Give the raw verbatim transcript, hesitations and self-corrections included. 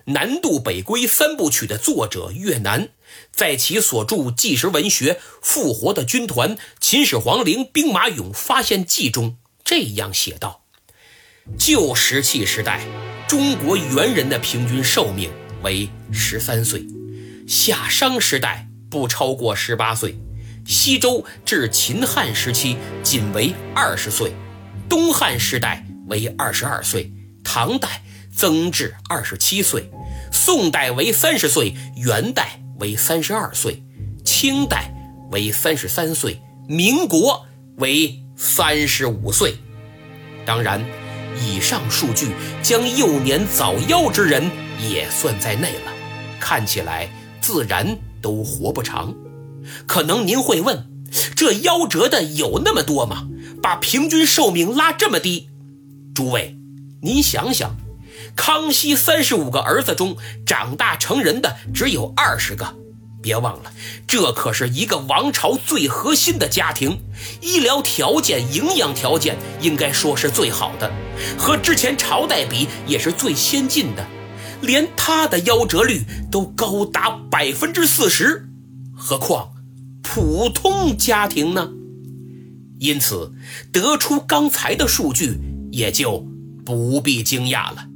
南渡北归三部曲的作者岳南，在其所著纪实文学《复活的军团：秦始皇陵兵马俑发现记》中这样写道：旧石器时代，中国猿人的平均寿命为十三岁，夏商时代不超过十八岁，西周至秦汉时期仅为二十岁，东汉时代为二十二岁，唐代增至二十七岁，宋代为三十岁，元代为三十二岁，清代为三十三岁，民国为三十五岁。当然，以上数据将幼年早夭之人也算在内了，看起来自然都活不长。可能您会问，这夭折的有那么多吗？把平均寿命拉这么低？诸位，您想想，康熙三十五个儿子中长大成人的只有二十个，别忘了，这可是一个王朝最核心的家庭，医疗条件、营养条件应该说是最好的，和之前朝代比也是最先进的，连他的夭折率都高达百分之四十，何况普通家庭呢？因此，得出刚才的数据也就不必惊讶了。